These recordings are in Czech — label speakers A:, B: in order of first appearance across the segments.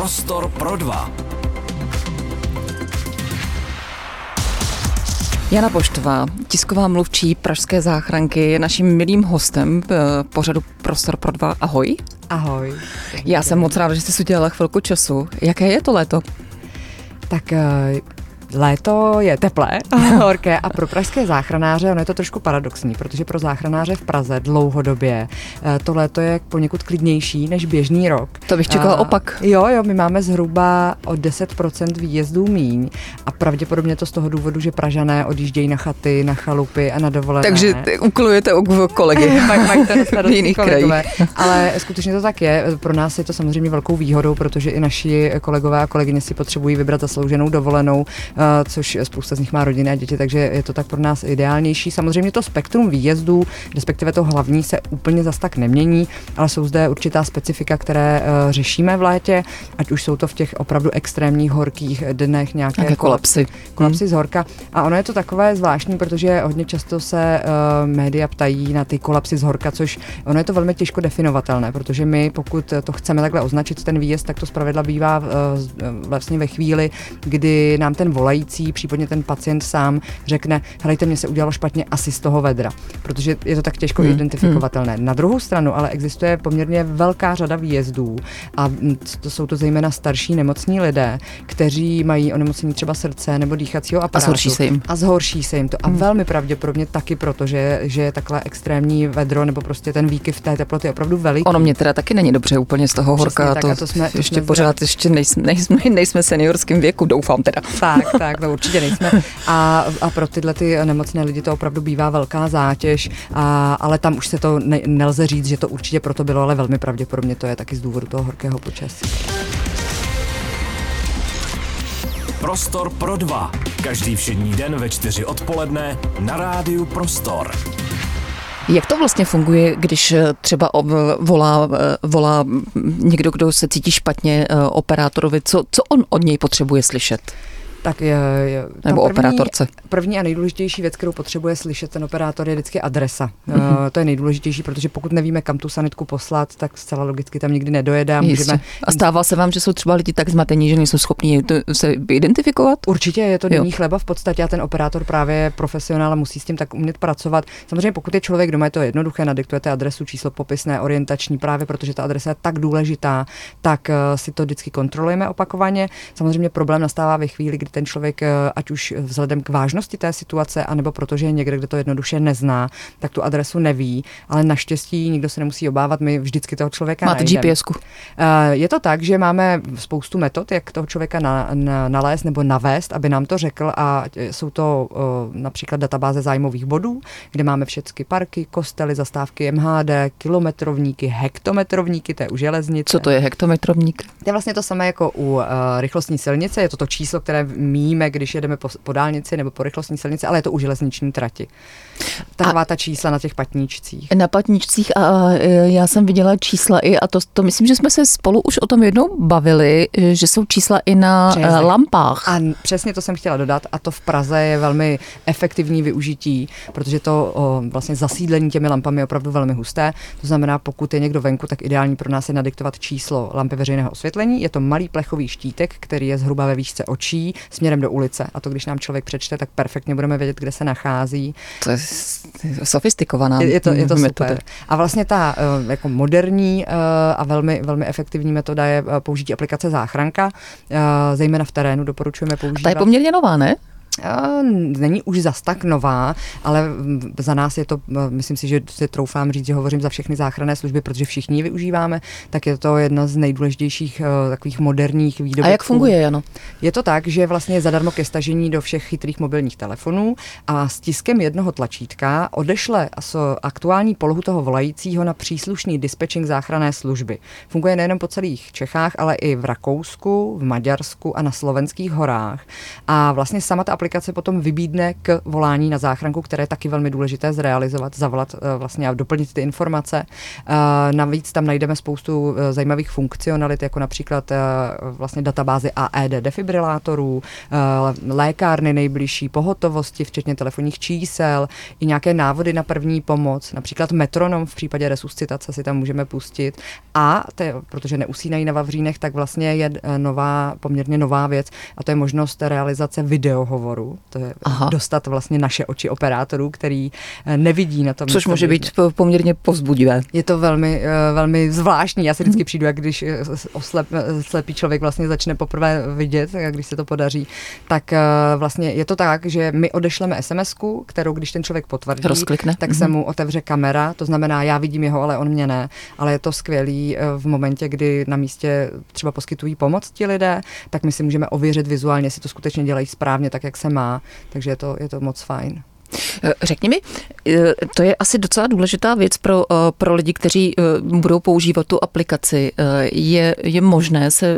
A: Prostor pro dva.
B: Jana Poštová, tisková mluvčí Pražské záchranky, je naším milým hostem pořadu Prostor pro dva. Ahoj.
C: Ahoj.
B: Já jsem moc ráda, že jsi si udělala chvilku času. Jaké je to léto?
C: Tak léto je teplé, horké a pro pražské záchranáře ono je to trošku paradoxní, protože pro záchranáře v Praze dlouhodobě to léto je poněkud klidnější než běžný rok.
B: To bych čekala opak.
C: Jo, my máme zhruba o 10% výjezdů míň a pravděpodobně to z toho důvodu, že Pražané odjíždějí na chaty, na chalupy a na dovolené.
B: Takže uklujete kolegy v jiných krajích.
C: Ale skutečně to tak je. Pro nás je to samozřejmě velkou výhodou, protože i naši kolegové a kolegyně si potřebují vybrat zaslouženou dovolenou, což spousta z nich má rodiny a děti, takže je to tak pro nás ideálnější. Samozřejmě to spektrum výjezdů, respektive to hlavní, se úplně zas tak nemění, ale jsou zde určitá specifika, které řešíme v létě, ať už jsou to v těch opravdu extrémních horkých dnech nějaké kolapsy z horka. A ono je to takové zvláštní, protože hodně často se média ptají na ty kolapsy z horka, což ono je to velmi těžko definovatelné, protože my, pokud to chceme takhle označit ten výjezd, tak to zpravidla bývá vlastně ve chvíli, kdy nám ten volající, případně ten pacient sám řekne, helejte, mě se udělalo špatně asi z toho vedra, protože je to tak těžko identifikovatelné. Na druhou stranu ale existuje poměrně velká řada výjezdů a jsou to zejména starší nemocní lidé, kteří mají onemocnění třeba srdce nebo dýchacího aparátu. A zhorší se jim to. A velmi pravděpodobně taky proto, že je takhle extrémní vedro nebo prostě ten výkyv té teploty je opravdu veliký.
B: Ono mě teda taky není dobře úplně z toho horka. To jsme ještě pořád ještě nejsme seniorským věku, doufám teda.
C: Tak, to určitě nejsme. A pro tyhle ty nemocné lidi to opravdu bývá velká zátěž, ale tam už se to nelze říct, že to určitě proto bylo, ale velmi pravděpodobně to je taky z důvodu toho horkého počasí.
A: Prostor pro dva. Každý všední den ve 4 odpoledne na rádiu Prostor.
B: Jak to vlastně funguje, když třeba volá někdo, kdo se cítí špatně operátorovi, co on od něj potřebuje slyšet?
C: Tak
B: nebo operátorce.
C: První a nejdůležitější věc, kterou potřebuje slyšet ten operátor, je vždycky adresa. To je nejdůležitější, protože pokud nevíme, kam tu sanitku poslat, tak zcela logicky tam nikdy nedojede.
B: A stává se vám, že jsou třeba lidi tak zmatení, že nejsou schopni se identifikovat?
C: Určitě je to denní chleba v podstatě a ten operátor právě je profesionál a musí s tím tak umět pracovat. Samozřejmě pokud je člověk doma, je to jednoduché, nadiktujete adresu, číslo popisné, orientační, právě protože ta adresa je tak důležitá, tak si to vždycky kontrolujeme opakovaně. Samozřejmě problém nastává ve chvíli, kdy ten člověk, ať už vzhledem k vážnosti té situace, anebo protože je někde, kde to jednoduše nezná, tak tu adresu neví, ale naštěstí nikdo se nemusí obávat, my vždycky toho člověka najdeme.
B: Máte GPSku?
C: Je to tak, že máme spoustu metod, jak toho člověka nalézt nebo navést, aby nám to řekl a jsou to například databáze zájmových bodů, kde máme všechny parky, kostely, zastávky MHD, kilometrovníky, hektometrovníky, to je u železnice.
B: Co to je hektometrovník?
C: To je vlastně to samé jako u rychlostní silnice, je to číslo, které míjíme, když jedeme po dálnici nebo po rychlostní silnici, ale je to u železniční trati. Taková ta čísla na těch patníčcích.
B: Na patníčcích a já jsem viděla čísla i, a to myslím, že jsme se spolu už o tom jednou bavili, že jsou čísla i na lampách.
C: A přesně to jsem chtěla dodat a to v Praze je velmi efektivní využití, protože to vlastně zasídlení těmi lampami je opravdu velmi husté. To znamená, pokud je někdo venku, tak ideální pro nás je nadiktovat číslo lampy veřejného osvětlení. Je to malý plechový štítek, který je zhruba ve výšce očí směrem do ulice. A to, když nám člověk přečte, tak perfektně budeme vědět, kde se nachází.
B: To je sofistikovaná
C: je to
B: metoda.
C: Super. A vlastně ta jako moderní a velmi, velmi efektivní metoda je použití aplikace Záchranka. Zejména v terénu doporučujeme používat.
B: A ta je poměrně nová, ne?
C: Není už zas tak nová, ale za nás je to, myslím si, že si troufám říct, že hovořím za všechny záchranné služby, protože všichni ji využíváme, tak je to jedna z nejdůležitějších takových moderních výdobytků.
B: A jak funguje, Jano?
C: Je to tak, že vlastně je zadarmo ke stažení do všech chytrých mobilních telefonů a stiskem jednoho tlačítka odešle aktuální polohu toho volajícího na příslušný dispečing záchranné služby. Funguje nejen po celých Čechách, ale i v Rakousku, v Maďarsku a na Slovenských horách. A vlastně sama ta aplikace potom vybídne k volání na záchranku, které je taky velmi důležité zrealizovat, zavolat vlastně a doplnit ty informace. Navíc tam najdeme spoustu zajímavých funkcionalit, jako například vlastně databázy AED defibrilátorů, lékárny nejbližší, pohotovosti, včetně telefonních čísel, i nějaké návody na první pomoc, například metronom v případě resuscitace si tam můžeme pustit. A protože neusínají na vavřínech, tak vlastně je poměrně nová věc, a to je možnost realizace videohovoru. To je dostat vlastně naše oči operátorů, který nevidí na tom.
B: Což může být poměrně povzbudivé.
C: Je to velmi, velmi zvláštní. Já si vždycky přijdu, jak když slepý člověk vlastně začne poprvé vidět, jak když se to podaří, tak vlastně je to tak, že my odešleme SMS-ku, kterou když ten člověk potvrdí, tak se mu otevře kamera, to znamená, já vidím jeho, ale on mě ne, ale je to skvělý v momentě, kdy na místě třeba poskytují pomoc ti lidé, tak my si můžeme ověřit vizuálně, jestli to skutečně dělají správně, tak jak se má, takže je to moc fajn.
B: Řekni mi, to je asi docela důležitá věc pro lidi, kteří budou používat tu aplikaci. Je možné se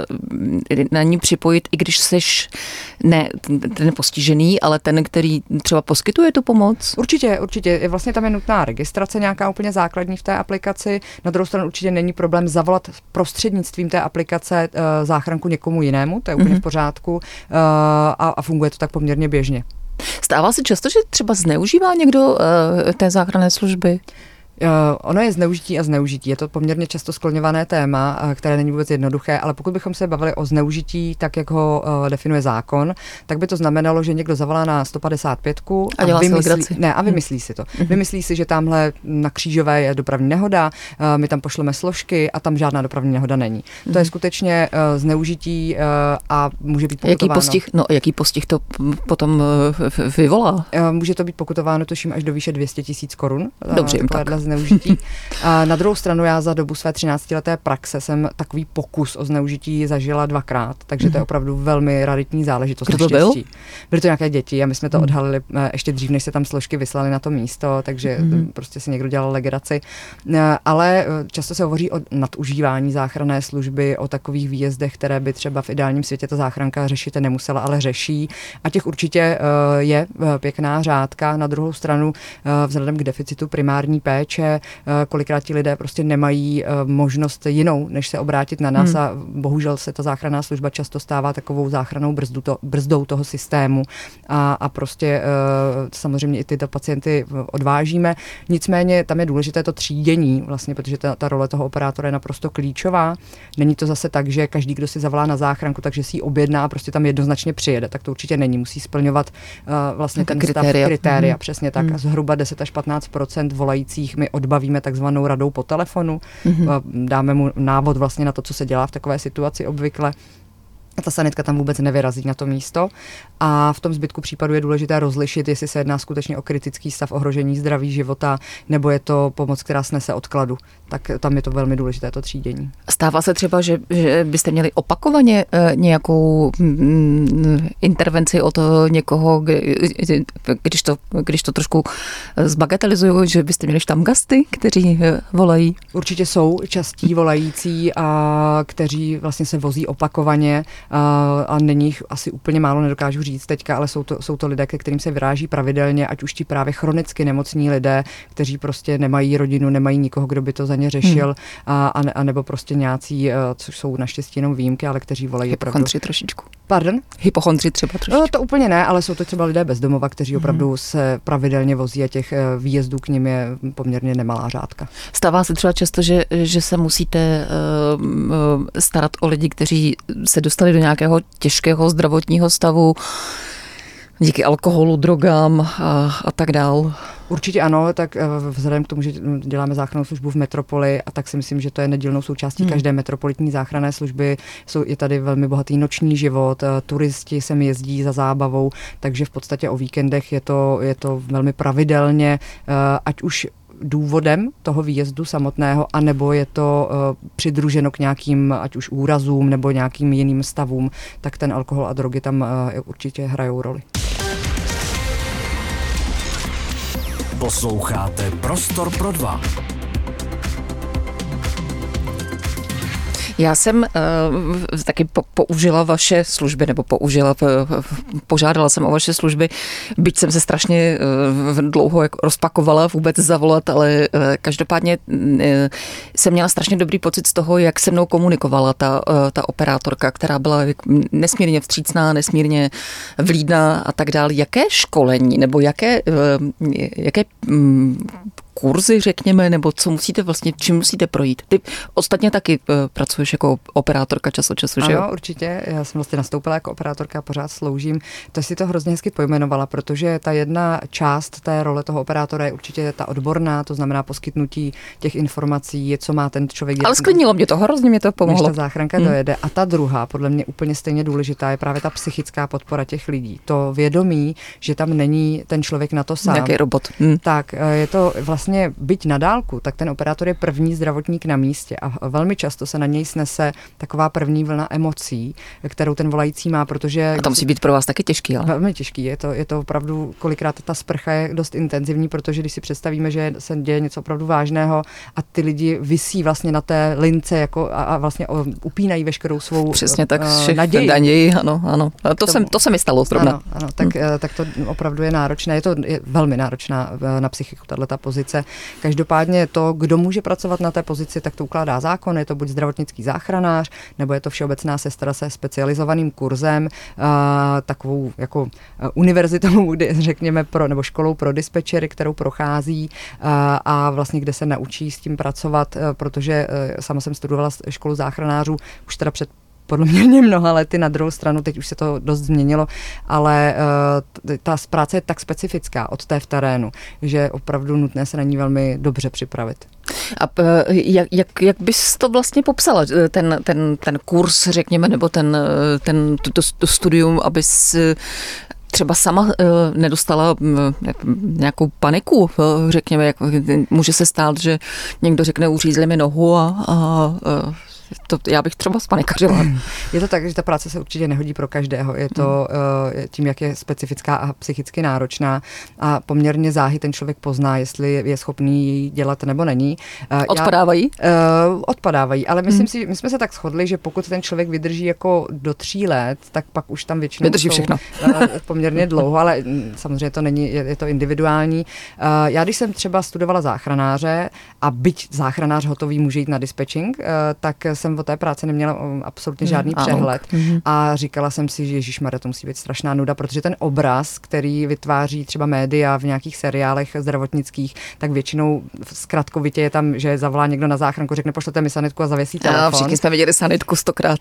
B: na ní připojit, i když seš ne ten postižený, ale ten, který třeba poskytuje tu pomoc?
C: Určitě. Vlastně tam je nutná registrace nějaká úplně základní v té aplikaci. Na druhou stranu určitě není problém zavolat prostřednictvím té aplikace záchranku někomu jinému, to je úplně v pořádku a funguje to tak poměrně běžně.
B: Stává se často, že třeba zneužívá někdo té záchranné služby?
C: Ono je zneužití a zneužití. Je to poměrně často skloňované téma, které není vůbec jednoduché, ale pokud bychom se bavili o zneužití, tak jak ho definuje zákon, tak by to znamenalo, že někdo zavolá na 155 a vymyslí si to. Vymyslí si, že tamhle na Křížové je dopravní nehoda, my tam pošleme složky a tam žádná dopravní nehoda není. To je skutečně zneužití a může být pokutováno.
B: Jaký postih to potom vyvolá?
C: Může to být pokutováno, tuším, až do výše 200 000 korun.
B: Dobře, tak.
C: Zneužití. A na druhou stranu já za dobu své 13leté praxe jsem takový pokus o zneužití zažila 2krát, takže to je opravdu velmi raritní záležitost.
B: Kdo to byl?
C: Byly to nějaké děti a my jsme to odhalili ještě dřív, než se tam složky vyslaly na to místo, takže prostě si někdo dělal legraci. Ale často se hovoří o nadužívání záchranné služby, o takových výjezdech, které by třeba v ideálním světě ta záchranka řešit nemusela, ale řeší. A těch určitě je pěkná řádka. Na druhou stranu vzhledem k deficitu primární péče, kolikrát ti lidé prostě nemají možnost jinou, než se obrátit na nás a bohužel se ta záchranná služba často stává takovou záchrannou brzdou toho systému a prostě samozřejmě i tyto pacienty odvážíme. Nicméně tam je důležité to třídění vlastně, protože ta role toho operátora je naprosto klíčová. Není to zase tak, že každý, kdo si zavolá na záchranku, takže si ji objedná a prostě tam jednoznačně přijede. Tak to určitě není. Musí splňovat vlastně ten kritéria. Přesně tak. A zhruba 10 až 15% volajících my odbavíme takzvanou radou po telefonu, dáme mu návod vlastně na to, co se dělá v takové situaci obvykle. A ta sanitka tam vůbec nevyrazí na to místo. A v tom zbytku případů je důležité rozlišit, jestli se jedná skutečně o kritický stav ohrožení zdraví života, nebo je to pomoc, která snese odkladu. Tak tam je to velmi důležité, to třídění.
B: Stává se třeba, že byste měli opakovaně nějakou intervenci od někoho, když to trošku zbagatelizuju, že byste měli štamgasty, kteří volají? Určitě
C: jsou častí volající, kteří vlastně se vozí opakovaně. A není jich asi úplně málo, nedokážu říct teďka, ale jsou to lidé, ke kterým se vyráží pravidelně, ať už ti právě chronicky nemocní lidé, kteří prostě nemají rodinu, nemají nikoho, kdo by to za ně řešil, a nebo prostě nějací, což jsou naštěstí jenom výjimky, ale kteří volají
B: hypochondři trošičku.
C: Pardon?
B: Hypochondři třeba trošičku.
C: To úplně ne, ale jsou to třeba lidé bez domova, kteří opravdu se pravidelně vozí a těch výjezdů k nim je poměrně nemalá řádka.
B: Stává se třeba často, že se musíte starat o lidi, kteří se dostali do nějakého těžkého zdravotního stavu díky alkoholu, drogám a tak dál.
C: Určitě ano, tak vzhledem k tomu, že děláme záchrannou službu v metropoli, a tak si myslím, že to je nedílnou součástí každé metropolitní záchranné služby. Je tady velmi bohatý noční život, turisti sem jezdí za zábavou, takže v podstatě o víkendech je to velmi pravidelně, ať už důvodem toho výjezdu samotného, anebo je to přidruženo k nějakým, ať už úrazům nebo nějakým jiným stavům, tak ten alkohol a drogy tam určitě hrajou roli.
A: Posloucháte Prostor pro dva.
B: Já jsem taky použila vaše služby, nebo požádala jsem o vaše služby, byť jsem se strašně dlouho rozpakovala vůbec zavolat, ale každopádně jsem měla strašně dobrý pocit z toho, jak se mnou komunikovala ta operátorka, která byla nesmírně vstřícná, nesmírně vlídná a tak dále. Jaké školení nebo jaké kurzy, řekněme, nebo co musíte vlastně, čím musíte projít? Ty ostatně taky pracuješ jako operátorka čas od času, že jo?
C: Ano, určitě. Já jsem vlastně nastoupila jako operátorka a pořád sloužím. To si to hrozně hezky pojmenovala, protože ta jedna část té role toho operátora je určitě ta odborná, to znamená poskytnutí těch informací, co má ten člověk.
B: Ale sklidnilo mě to, hrozně mě to pomohlo.
C: Než ta záchranka dojede. A ta druhá, podle mě úplně stejně důležitá, je právě ta psychická podpora těch lidí. To vědomí, že tam není ten člověk na to sám.
B: Nějaký robot.
C: Tak je to vlastně byť na dálku, tak ten operátor je první zdravotník na místě a velmi často se na něj snese taková první vlna emocí, kterou ten volající má, protože...
B: A to musí být pro vás taky těžký, ale?
C: Velmi těžký, je to opravdu, kolikrát ta sprcha je dost intenzivní, protože když si představíme, že se děje něco opravdu vážného a ty lidi visí vlastně na té lince jako a vlastně upínají veškerou svou
B: přesně tak,
C: naději.
B: Ano. To se mi stalo zrovna.
C: Ano, tak to opravdu je náročné, je velmi náročná na psychiku tato pozice. Každopádně to, kdo může pracovat na té pozici, tak to ukládá zákon, je to buď zdravotnický záchranář, nebo je to všeobecná sestra se specializovaným kurzem, takovou jako univerzitou, řekněme, nebo školou pro dispečery, kterou prochází a vlastně kde se naučí s tím pracovat, protože sama jsem studovala školu záchranářů už teda před podle mě mnoha lety, na druhou stranu, teď už se to dost změnilo, ale ta práce je tak specifická od té v terénu, že je opravdu nutné se na ní velmi dobře připravit.
B: A jak bys to vlastně popsala, ten kurz, řekněme, nebo to studium, abys třeba sama nedostala nějakou paniku, řekněme, může se stát, že někdo řekne, uřízli mi nohu a já bych třeba spanikařila.
C: Je to tak, že ta práce se určitě nehodí pro každého. Je to tím, jak je specifická a psychicky náročná a poměrně záhy ten člověk pozná, jestli je schopný ji dělat nebo není.
B: Odpadávají?
C: Odpadávají, ale my jsme se tak shodli, že pokud ten člověk vydrží jako do 3 let, tak pak už tam většinou
B: vydrží všechno.
C: Poměrně dlouho, ale samozřejmě to není, je to individuální. Já když jsem třeba studovala záchranáře a byť záchranář hotový může jít na dispatching, tak jsem o té práci neměla absolutně žádný přehled a říkala jsem si, že ježišmarja, to musí být strašná nuda, protože ten obraz, který vytváří třeba média v nějakých seriálech zdravotnických, tak většinou zkratkovitě je tam, že zavolá někdo na záchranku, řekne pošlete mi sanitku a zavěsí telefon.
B: Všichni jsme viděli sanitku 100krát.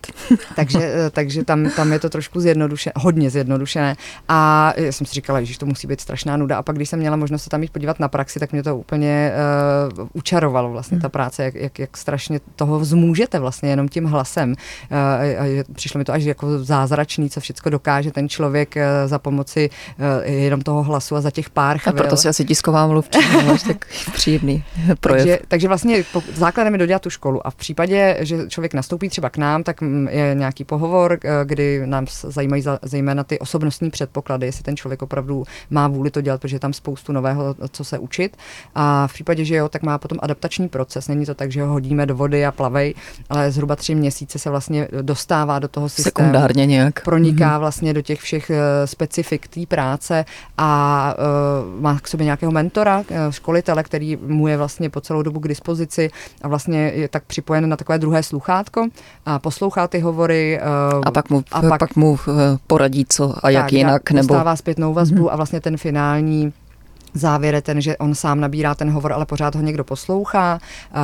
C: takže tam je to trošku hodně zjednodušené a já jsem si říkala, že to musí být strašná nuda a pak když jsem měla možnost se tam jít podívat na praxi, tak mě to úplně učarovalo vlastně ta práce, jak strašně toho vzmůžete vlastně jenom tím hlasem. Přišlo mi to až jako zázračný, co všechno dokáže ten člověk za pomoci jenom toho hlasu a za těch pár chvil.
B: A proto si asi tisková mluvčí, tak příjemný projev.
C: Takže vlastně základem je dodělat tu školu a v případě, že člověk nastoupí třeba k nám, tak je nějaký pohovor, kdy nám zajímají zejména ty osobnostní předpoklady, jestli ten člověk opravdu má vůli to dělat, protože je tam spoustu nového, co se učit. A v případě, že jo, tak má potom adaptační proces. Není to tak, že ho hodíme do vody a plavej, ale zhruba 3 měsíce se vlastně dostává do toho systému.
B: Sekundárně nějak.
C: Proniká vlastně do těch všech specifik té práce a má k sobě nějakého mentora, školitele, který mu je vlastně po celou dobu k dispozici a vlastně je tak připojen na takové druhé sluchátko a poslouchá ty hovory.
B: A pak mu poradí, co a jak tak, jinak.
C: Dostává zpětnou vazbu a vlastně ten finální závěr je ten, že on sám nabírá ten hovor, ale pořád ho někdo poslouchá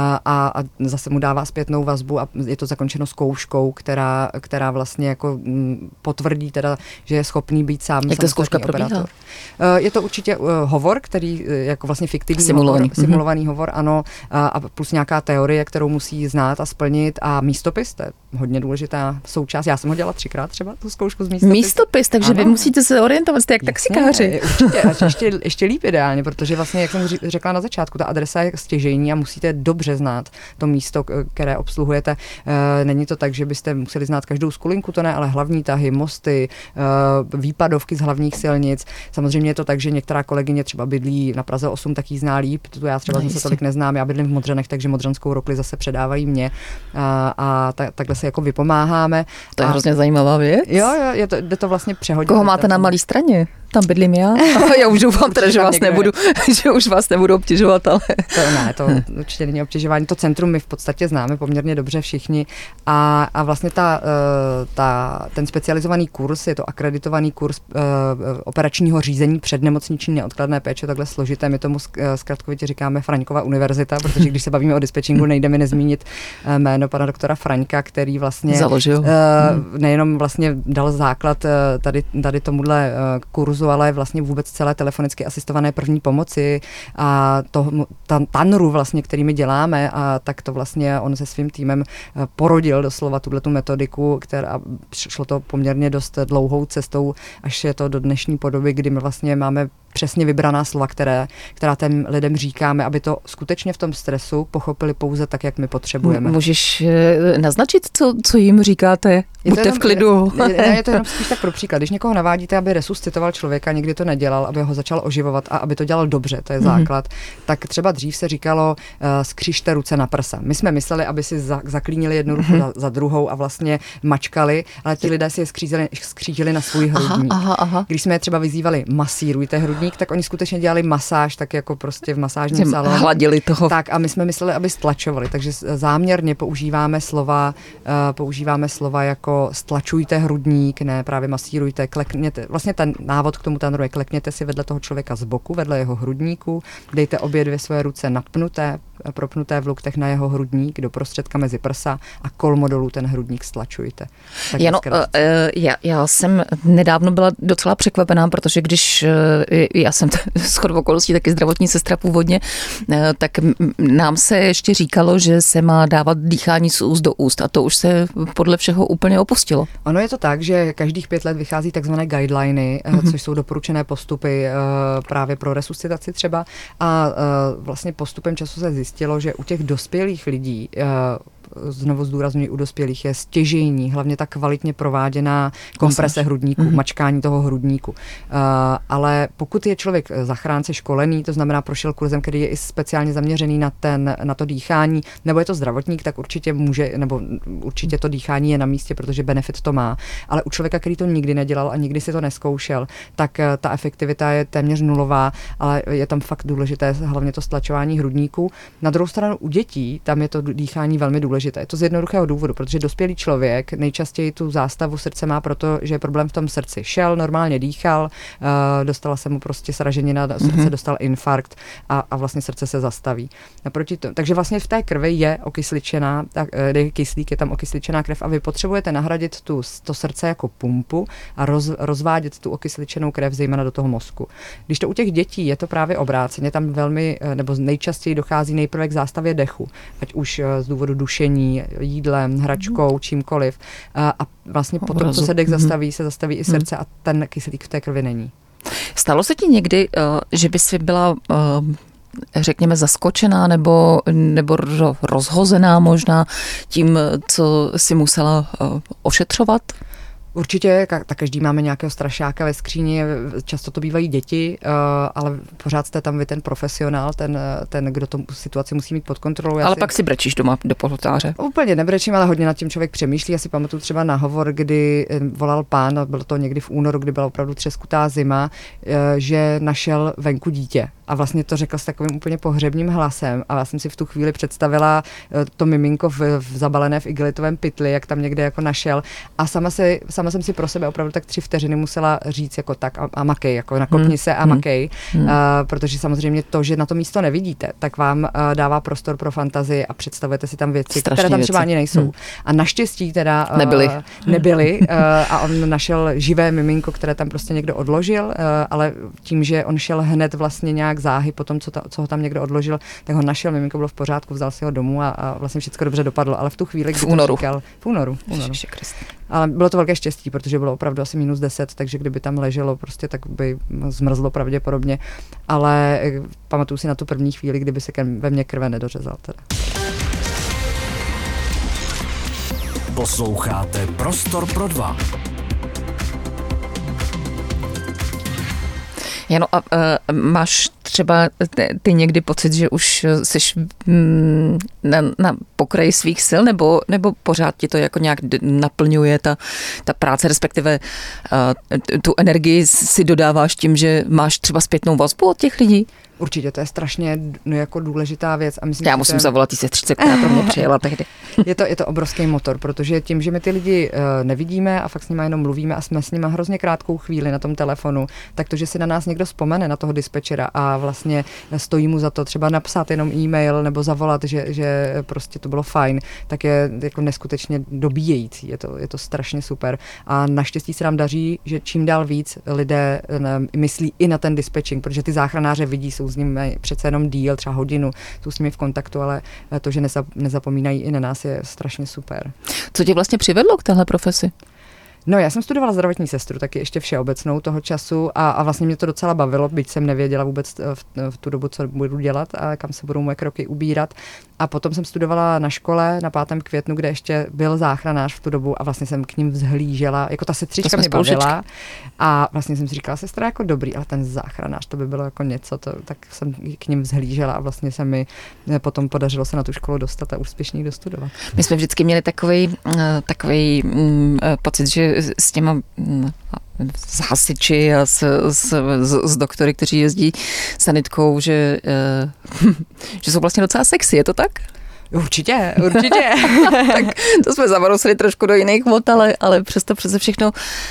C: a zase mu dává zpětnou vazbu a je to zakončeno zkouškou, která vlastně jako potvrdí teda, že je schopný být sám.
B: Jak ta zkouška probíhá?
C: Je to určitě hovor, který jako vlastně fiktivní simulovaný hovor, ano, a plus nějaká teorie, kterou musí znát a splnit a místopis, to je hodně důležitá součást. Já jsem ho dělala 3krát třeba tu zkoušku z místopis.
B: Místopis, takže ano. Vy musíte se orientovat, jste jak taxikáři.
C: Určitě, ještě líp ideálně. ideálně, protože vlastně, jak jsem řekla na začátku, ta adresa je stěžejní a musíte dobře znát to místo, které obsluhujete. Není to tak, že byste museli znát každou skulinku, to ne, ale hlavní tahy, mosty, výpadovky z hlavních silnic. Samozřejmě je to tak, že některá kolegyně třeba bydlí na Praze 8, tak jí zná líp, to já třeba se tolik neznám, já bydlím v Modřanech, takže modřanskou rokli zase předávají mě a takhle se jako vypomáháme.
B: To je hrozně zajímavá věc.
C: Jo, jde to vlastně přehodit.
B: Koho máte na Malé Straně? Tam bydlím já. Já už doufám teda, že už vás nebudu obtěžovat, ale...
C: To určitě není obtěžování. To centrum my v podstatě známe poměrně dobře všichni a vlastně ten specializovaný kurz, je to akreditovaný kurz operačního řízení přednemocniční neodkladné péče, takhle složité. My tomu zkratkovitě říkáme Fraňkova univerzita, protože když se bavíme o dispečingu, nejde mi nezmínit jméno pana doktora Fraňka, který vlastně
B: založil.
C: Nejenom vlastně dal základ tady tomuhle kurzu, ale vlastně vůbec celé telefonicky asistované první pomoci a TANRu vlastně, který my děláme, a tak to vlastně on se svým týmem porodil doslova tuhletu metodiku, která šlo to poměrně dost dlouhou cestou, až je to do dnešní podoby, kdy my vlastně máme přesně vybraná slova, která těm lidem říkáme, aby to skutečně v tom stresu pochopili pouze tak, jak my potřebujeme.
B: Můžeš naznačit, co jim říkáte? Buďte v klidu.
C: Je to jenom spíš tak pro příklad. Když někoho navádíte, aby resuscitoval člověka, nikdy to nedělal, aby ho začal oživovat a aby to dělal dobře, to je základ, tak třeba dřív se říkalo skřížte ruce na prsa. My jsme mysleli, aby si zaklínili jednu ruku za druhou a vlastně mačkali, ale ti lidé si je skřížili na svůj hrudník. Aha. Když jsme je třeba vyzývali masírujte hrudník, tak oni skutečně dělali masáž, tak jako prostě v masážním salonu.
B: Hladili toho.
C: Tak a my jsme mysleli, aby stlačovali, takže záměrně používáme slova jako stlačujte hrudník, ne právě masírujte, klekněte. Vlastně ten návod k tomu TANRu je klekněte si vedle toho člověka z boku, vedle jeho hrudníku, dejte obě dvě své ruce propnuté v luktech na jeho hrudník, do prostředka mezi prsa a kolmo dolů ten hrudník stlačujte. Já jsem nedávno byla docela překvapená, protože když já jsem shodou okolností taky zdravotní sestra původně, tak nám se ještě říkalo, že se má dávat dýchání z úst do úst a to už se podle všeho úplně opustilo. Ono je to tak, že každých 5 let vychází takzvané guideliny, což jsou doporučené postupy právě pro resuscitaci třeba a vlastně postupem času se zjistilo, že u těch dospělých lidí znovu zdůrazňuji, u dospělých je stěžejní, hlavně ta kvalitně prováděná komprese hrudníku, mačkání toho hrudníku. Ale pokud je člověk zachránce školený, to znamená prošel kurzem, který je i speciálně zaměřený na to dýchání, nebo je to zdravotník, tak určitě určitě to dýchání je na místě, protože benefit to má. Ale u člověka, který to nikdy nedělal a nikdy si to nezkoušel, tak ta efektivita je téměř nulová, ale je tam fakt důležité, hlavně to stlačování hrudníku. Na druhou stranu u dětí, tam je to dýchání velmi důležité. Je to z jednoduchého důvodu, protože dospělý člověk nejčastěji tu zástavu srdce má proto, že je problém v tom srdci. Šel, normálně dýchal, dostala se mu prostě sraženina srdce, dostal infarkt a vlastně srdce se zastaví. Takže vlastně v té krvi je okysličená, kyslík, je tam okysličená krev a vy potřebujete nahradit to srdce jako pumpu a rozvádět tu okysličenou krev zejména do toho mozku. Když to u těch dětí je to právě obráceně, tam nebo nejčastěji dochází nejprve k zástavě dechu, ať už z důvodu dušení, jídlem, hračkou, čímkoliv. A vlastně potom, co se dech zastaví, se zastaví i srdce a ten kyslík v té krvi není.
B: Stalo se ti někdy, že by si byla řekněme zaskočená nebo rozhozená možná tím, co si musela ošetřovat?
C: Určitě, tak každý máme nějakého strašáka ve skříni, často to bývají děti, ale pořád jste tam vy ten profesionál, ten kdo tu situaci musí mít pod kontrolou.
B: Ale pak si brečíš doma do polotáře.
C: Úplně nebrečím, ale hodně nad tím člověk přemýšlí. Já si pamatuju třeba na hovor, kdy volal pán, bylo to někdy v únoru, kdy byla opravdu třeskutá zima, že našel venku dítě. A vlastně to řekl s takovým úplně pohřebním hlasem a já jsem si v tu chvíli představila to miminko zabalené v igelitovém pytli, jak tam někde jako našel a sama jsem si pro sebe opravdu tak 3 vteřiny musela říct jako tak a makej, jako nakopni se a makej, protože samozřejmě to, že na to místo nevidíte, tak vám dává prostor pro fantazii a představujete si tam věci, které tam třeba ani nejsou. A naštěstí teda nebyly a on našel živé miminko, které tam prostě někdo odložil, ale tím, že on šel hned vlastně nějak záhy po tom, co ho tam někdo odložil, tak ho našel, miminko bylo v pořádku, vzal si ho domů a vlastně všechno dobře dopadlo, ale v tu chvíli, kdy
B: v únoru.
C: To říkal, v únoru. Ale bylo to velké štěstí, protože bylo opravdu asi -10, takže kdyby tam leželo prostě, tak by zmrzlo pravděpodobně. Ale pamatuju si na tu první chvíli, kdyby se ve mně krve nedořezal teda.
A: Posloucháte Prostor pro dva.
B: Jano, a máš třeba ty někdy pocit, že už jsi na pokraji svých sil, nebo pořád ti to jako nějak naplňuje ta práce, respektive tu energii si dodáváš tím, že máš třeba zpětnou vazbu od těch lidí?
C: Určitě, to je strašně jako důležitá věc. A myslím,
B: já musím zavolat té sestřice, která pro mě přijela tehdy.
C: Je to obrovský motor, protože tím, že my ty lidi nevidíme a fakt s nimi jenom mluvíme a jsme s nimi hrozně krátkou chvíli na tom telefonu, tak to, že si na nás někdo vzpomene, na toho dispečera a vlastně stojí mu za to třeba napsat jenom e-mail nebo zavolat, že prostě to bylo fajn, tak je jako neskutečně dobíjející. Je to strašně super. A naštěstí se nám daří, že čím dál víc lidé myslí i na ten dispečing, protože ty záchranáře vidí, jsou s nimi přece jenom díl, třeba hodinu, jsou s nimi v kontaktu, ale to, že nezapomínají i na nás, je strašně super.
B: Co tě vlastně přivedlo k téhle profesi?
C: No, já jsem studovala zdravotní sestru, taky ještě všeobecnou toho času a vlastně mě to docela bavilo, byť jsem nevěděla vůbec v tu dobu, co budu dělat a kam se budou moje kroky ubírat. A potom jsem studovala na škole na 5. květnu, kde ještě byl záchranář v tu dobu a vlastně jsem k ním vzhlížela, jako ta sestřička mě bavila a vlastně jsem si říkala, sestra jako dobrý, ale ten záchranář, to by bylo jako něco, tak jsem k ním vzhlížela a vlastně se mi potom podařilo se na tu školu dostat a úspěšně dostudovat.
B: My jsme vždycky měli takový pocit, že s těma s hasiči a s doktory, kteří jezdí sanitkou, že jsou vlastně docela sexy, je to tak?
C: Určitě.
B: Tak to jsme zavarosili trošku do jiných vod, ale přesto přece všechno.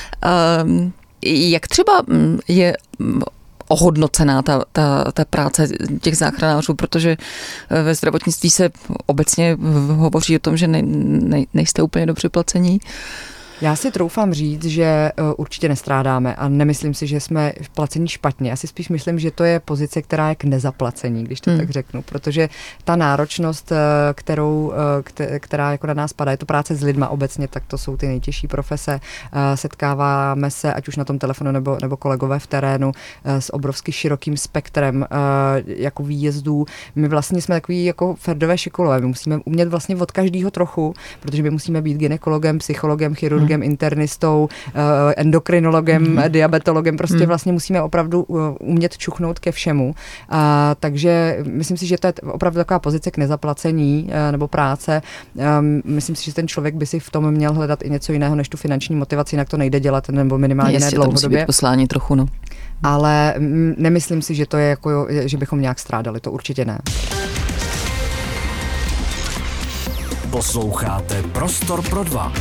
B: Jak třeba je ohodnocená ta práce těch záchranářů, protože ve zdravotnictví se obecně hovoří o tom, že nejste úplně dobře placení.
C: Já si troufám říct, že určitě nestrádáme a nemyslím si, že jsme placení špatně. Já si spíš myslím, že to je pozice, která je k nezaplacení, když to tak řeknu, protože ta náročnost, která jako na nás padá, je to práce s lidma obecně, tak to jsou ty nejtěžší profese. Setkáváme se, ať už na tom telefonu nebo kolegové v terénu, s obrovsky širokým spektrem jako výjezdů. My vlastně jsme takový jako ferdové šikulové. My musíme umět vlastně od každého trochu, protože my musíme být gynekologem, psychologem, chirurgem, internistou, endokrinologem, diabetologem, prostě vlastně musíme opravdu umět čuchnout ke všemu. Takže myslím si, že to je opravdu taková pozice k nezaplacení nebo práce. Myslím si, že ten člověk by si v tom měl hledat i něco jiného než tu finanční motivaci, jinak to nejde dělat, nebo minimálně ne dlouhodobě.
B: To musí být poslání trochu, no.
C: Ale nemyslím si, že to je jako, že bychom nějak strádali, to určitě ne.
A: Posloucháte Prostor pro dva.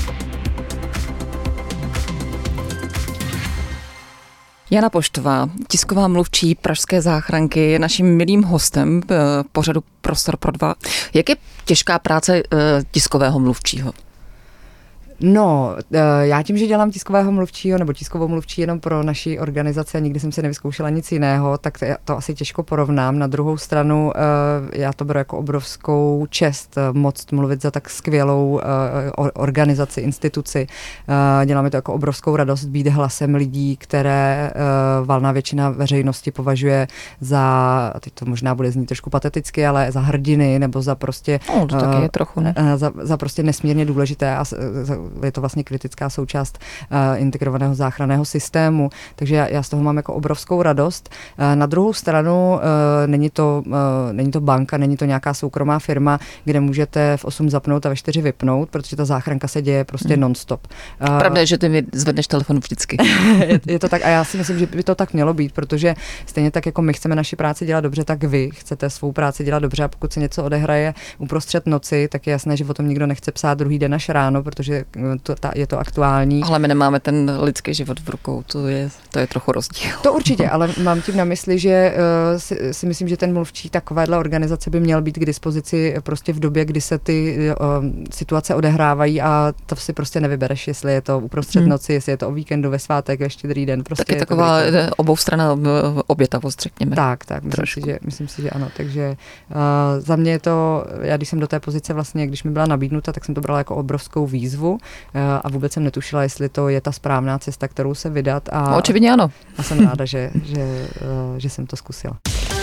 B: Jana Poštová, tisková mluvčí Pražské záchranky, je naším milým hostem pořadu Prostor pro dva. Jak je těžká práce tiskového mluvčího?
C: No, já tím, že dělám tiskového mluvčího nebo tiskovou mluvčí jenom pro naši organizaci a nikdy jsem si nevyzkoušela nic jiného, tak to asi těžko porovnám. Na druhou stranu já to beru jako obrovskou čest moct mluvit za tak skvělou organizaci, instituci. Děláme to jako obrovskou radost být hlasem lidí, které valná většina veřejnosti považuje za, teď to možná bude znít trošku pateticky, ale za hrdiny nebo za prostě...
B: No, to taky je trochu, ne?
C: Za prostě nesmírně důležité a je to vlastně kritická součást integrovaného záchranného systému, takže já z toho mám jako obrovskou radost. Na druhou stranu není to banka, není to nějaká soukromá firma, kde můžete v 8 zapnout a ve 4 vypnout, protože ta záchranka se děje prostě non-stop.
B: Pravda je, že ty zvedneš telefon vždycky.
C: Je to tak a já si myslím, že by to tak mělo být, protože stejně tak, jako my chceme naši práci dělat dobře, tak vy chcete svou práci dělat dobře a pokud se něco odehraje uprostřed noci, tak je jasné, že o tom nikdo nechce psát druhý den až ráno, protože je to aktuální.
B: Ale my nemáme ten lidský život v rukou, to je trochu rozdíl.
C: To určitě, ale mám tím na mysli, že si myslím, že ten mluvčí takovéhle organizace by měl být k dispozici prostě v době, kdy se ty situace odehrávají a to si prostě nevybereš, jestli je to uprostřed noci, jestli je to o víkendu, ve svátek, ve štědrý den. Prostě
B: tak je taková oboustranná obětavost, řekněme.
C: Tak, myslím si, že ano. Takže za mě je to, já když jsem do té pozice vlastně, když mi byla nabídnuta, tak jsem to brala jako obrovskou výzvu. a vůbec jsem netušila, jestli to je ta správná cesta, kterou se vydat. A
B: očividně ano.
C: A jsem ráda, že jsem to zkusila.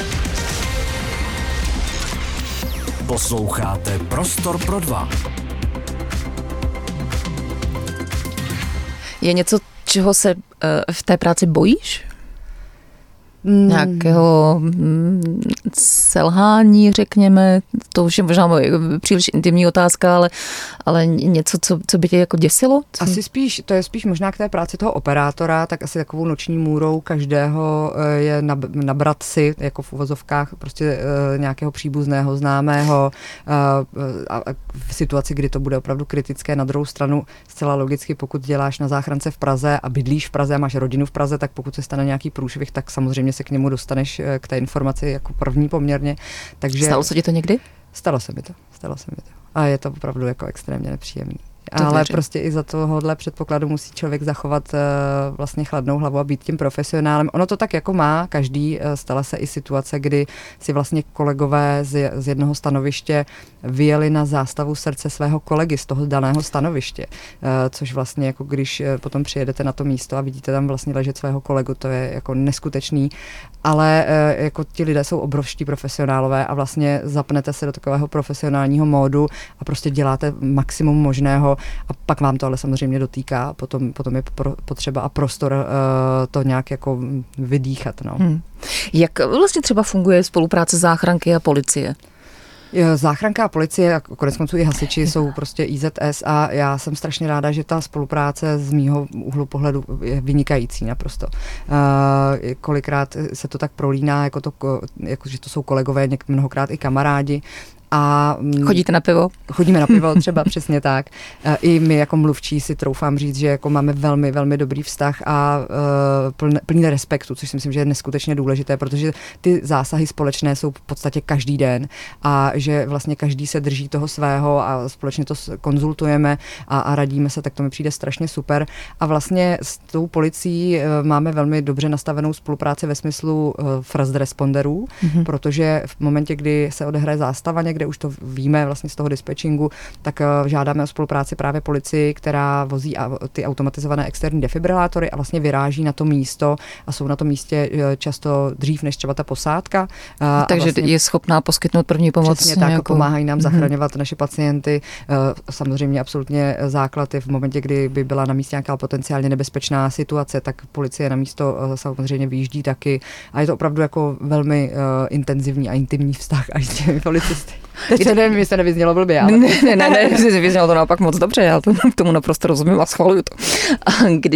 A: Posloucháte Prostor pro dva.
B: Je něco, čeho se v té práci bojíš? Nějakého selhání, řekněme, to už je možná příliš intimní otázka, ale něco, co by tě jako děsilo?
C: To je spíš možná k té práci toho operátora, tak asi takovou noční můrou každého je nabrat si, jako v uvozovkách, prostě nějakého příbuzného, známého a v situaci, kdy to bude opravdu kritické. Na druhou stranu zcela logicky, pokud děláš na záchrance v Praze a bydlíš v Praze a máš rodinu v Praze, tak pokud se stane nějaký průšvih, tak samozřejmě se k němu dostaneš k té informaci jako první poměrně. Takže
B: stalo se ti to někdy?
C: Stalo se mi to. A je to opravdu jako extrémně nepříjemný. Ale prostě i za tohohle předpokladu musí člověk zachovat vlastně chladnou hlavu a být tím profesionálem. Ono to tak jako má každý. Stala se i situace, kdy si vlastně kolegové z jednoho stanoviště vyjeli na zástavu srdce svého kolegy z toho daného stanoviště. Což vlastně jako když potom přijedete na to místo a vidíte tam vlastně ležet svého kolegu, to je jako neskutečný. Ale jako ti lidé jsou obrovští profesionálové a vlastně zapnete se do takového profesionálního módu a prostě děláte maximum možného a pak vám to ale samozřejmě dotýká, potom je potřeba a prostor to nějak jako vydýchat. No.
B: Jak vlastně třeba funguje spolupráce záchranky a policie?
C: Záchranka a policie a koneckonců i hasiči jsou prostě IZS a já jsem strašně ráda, že ta spolupráce z mýho úhlu pohledu je vynikající naprosto. Kolikrát se to tak prolíná, jako že to jsou kolegové, mnohokrát i kamarádi. A
B: chodíte na pivo?
C: Chodíme na pivo, třeba přesně tak. I my jako mluvčí si troufám říct, že jako máme velmi, velmi dobrý vztah a plný respektu, což si myslím, že je neskutečně důležité, protože ty zásahy společné jsou v podstatě každý den a že vlastně každý se drží toho svého a společně to konzultujeme a radíme se, tak to mi přijde strašně super. A vlastně s tou policií máme velmi dobře nastavenou spolupráci ve smyslu first responderů, protože v momentě, kdy se odehraje zástava, kde už to víme vlastně z toho dispečingu, tak žádáme o spolupráci právě policii, která vozí ty automatizované externí defibrilátory a vlastně vyráží na to místo a jsou na tom místě často dřív než třeba ta posádka.
B: Takže vlastně je schopná poskytnout první pomoc.
C: Přesně tak, pomáhají nám zachraňovat naše pacienty. Samozřejmě absolutně základ je v momentě, kdy by byla na místě nějaká potenciálně nebezpečná situace, tak policie na místo samozřejmě vyjíždí taky a je to opravdu jako velmi intenzivní a intimní vztah a s těmi policisty. Teď se nevím, jestli nevyznělo blbě, ale...
B: Ne, vyznělo to naopak moc dobře, já k tomu naprosto rozumím a schvaluju to. A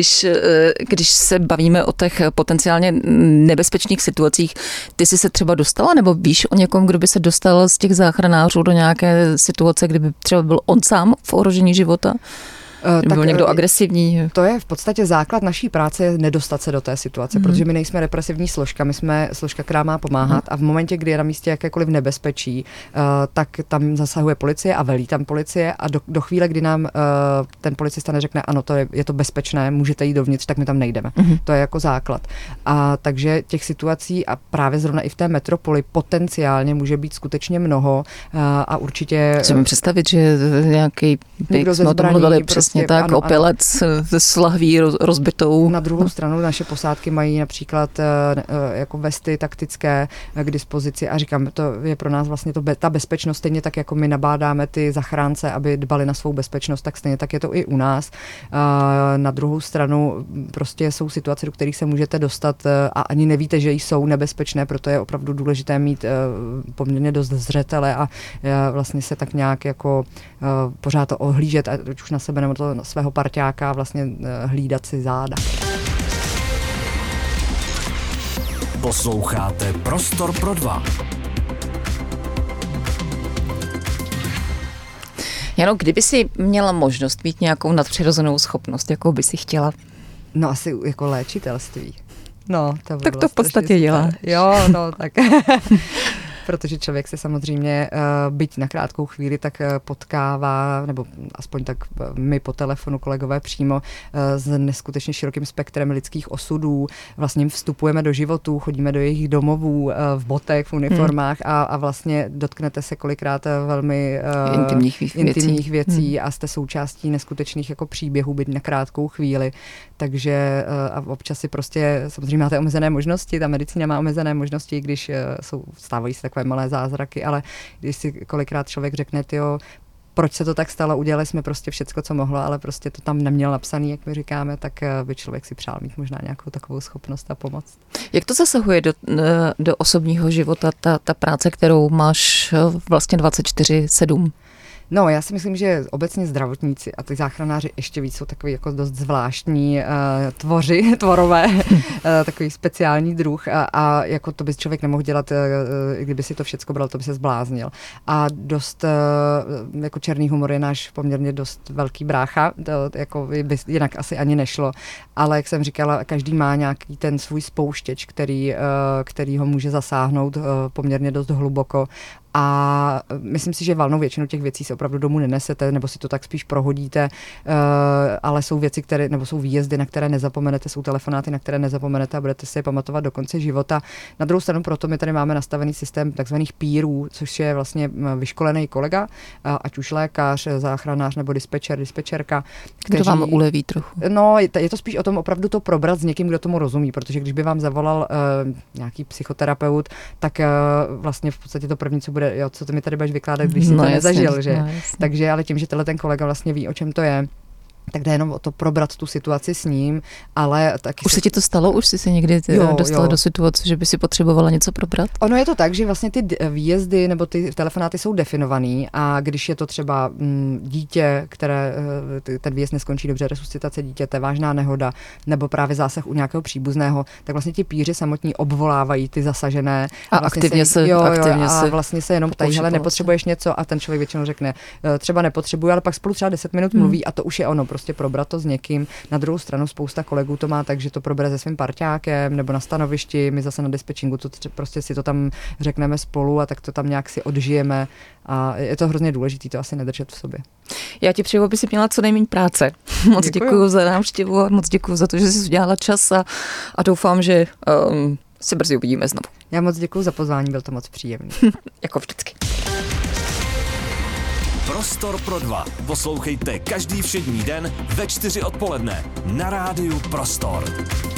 B: když se bavíme o těch potenciálně nebezpečných situacích, ty jsi se třeba dostala, nebo víš o někom, kdo by se dostal z těch záchranářů do nějaké situace, kdyby třeba byl on sám v ohrožení života? Byl někdo agresivní?
C: To je v podstatě základ naší práce, je nedostat se do té situace, protože my nejsme represivní složka, my jsme složka, která má pomáhat a v momentě, kdy je na místě jakékoliv nebezpečí, tak tam zasahuje policie a velí tam policie a do chvíle, kdy nám ten policista neřekne, ano, je to bezpečné, můžete jít dovnitř, tak my tam nejdeme. To je jako základ. A takže těch situací a právě zrovna i v té metropoli potenciálně může být skutečně mnoho a určitě...
B: Chci mi představit, že nějaký jsme o tom mluvili přesně tak, ano, opilec s lahví rozbitou.
C: Na druhou stranu naše posádky mají například jako vesty taktické k dispozici a říkám, to je pro nás vlastně ta bezpečnost, stejně tak jako my nabádáme ty zachránce, aby dbali na svou bezpečnost, tak stejně tak je to i u nás. Na druhou stranu prostě jsou situace, do kterých se můžete dostat a ani nevíte, že jsou nebezpečné, proto je opravdu důležité mít poměrně dost zřetele a vlastně se tak nějak jako pořád to ohlížet, ať už na sebe nebo na svého parťáka a vlastně hlídat si záda.
A: Posloucháte Prostor pro dva.
B: Jano, kdyby si měla možnost mít nějakou nadpřirozenou schopnost, jakou by si chtěla?
C: No asi jako léčitelství. No,
B: tak to v podstatě dělá.
C: Jo, no tak. protože člověk se samozřejmě byť na krátkou chvíli tak potkává, nebo aspoň tak my po telefonu, kolegové přímo, s neskutečně širokým spektrem lidských osudů. Vlastně vstupujeme do životů, chodíme do jejich domovů v botech, v uniformách a vlastně dotknete se kolikrát velmi intimních věcí a jste součástí neskutečných jako příběhů, byť na krátkou chvíli. Takže a občas si prostě, samozřejmě máte omezené možnosti, ta medicína má omezené možnosti, když stávají se takové malé zázraky, ale když si kolikrát člověk řekne, tyjo, proč se to tak stalo, udělali jsme prostě všecko, co mohlo, ale prostě to tam neměl napsaný, jak my říkáme, tak by člověk si přál mít možná nějakou takovou schopnost a pomoc.
B: Jak to zasahuje do osobního života, ta práce, kterou máš vlastně 24/7?
C: No, já si myslím, že obecně zdravotníci a ty záchranáři ještě víc jsou takový jako dost zvláštní tvorové, takový speciální druh a jako to by člověk nemohl dělat, kdyby si to všecko bral, to by se zbláznil. A dost, jako černý humor je náš poměrně dost velký brácha, to jako by jinak asi ani nešlo, ale jak jsem říkala, každý má nějaký ten svůj spouštěč, který ho může zasáhnout poměrně dost hluboko. A myslím si, že valnou většinu těch věcí se opravdu domů nenesete, nebo si to tak spíš prohodíte, ale jsou věci, nebo jsou výjezdy, na které nezapomenete, jsou telefonáty, na které nezapomenete a budete si je pamatovat do konce života. Na druhou stranu proto my tady máme nastavený systém takzvaných pírů, což je vlastně vyškolený kolega, ať už lékař, záchranář nebo dispečerka.
B: Kdo vám uleví trochu?
C: No, je to spíš o tom opravdu to probrat s někým, kdo tomu rozumí, protože když by vám zavolal nějaký psychoterapeut, tak vlastně v podstatě to první, co bude, jo, co ty mi tady budeš vykládat, když jsi to nezažil, že? Takže ale tím, že ten kolega vlastně ví, o čem to je, tak jde jenom o to probrat tu situaci s ním, ale taky...
B: Už se ti to stalo? Už jsi se někdy dostala do situace, že by si potřebovala něco probrat?
C: Ono je to tak, že vlastně ty výjezdy nebo ty telefonáty jsou definovaný a když je to třeba dítě, které ten výjezd neskončí dobře, resuscitace dítěte, vážná nehoda nebo právě zásah u nějakého příbuzného, tak vlastně ti píři samotní obvolávají ty zasažené.
B: A vlastně
C: vlastně se jenom ptají, hele, nepotřebuješ něco a ten člověk většinou řekne, třeba nepotřebuji, ale pak spolu třeba 10 minut mluví a to už je ono. Prostě probrat to s někým. Na druhou stranu spousta kolegů to má tak, že to probere se svým parťákem nebo na stanovišti, my zase na dispečingu to prostě si to tam řekneme spolu a tak to tam nějak si odžijeme a je to hrozně důležité to asi nedržet v sobě.
B: Já ti přeju, aby si měla co nejméně práce. Moc děkuju za návštěvu a moc děkuju za to, že jsi udělala čas a doufám, že se brzy uvidíme znovu.
C: Já moc děkuju za pozvání, byl to moc příjemný.
B: Jako vždycky.
A: Prostor pro dva. Poslouchejte každý všední den ve 4 odpoledne na rádiu Prostor.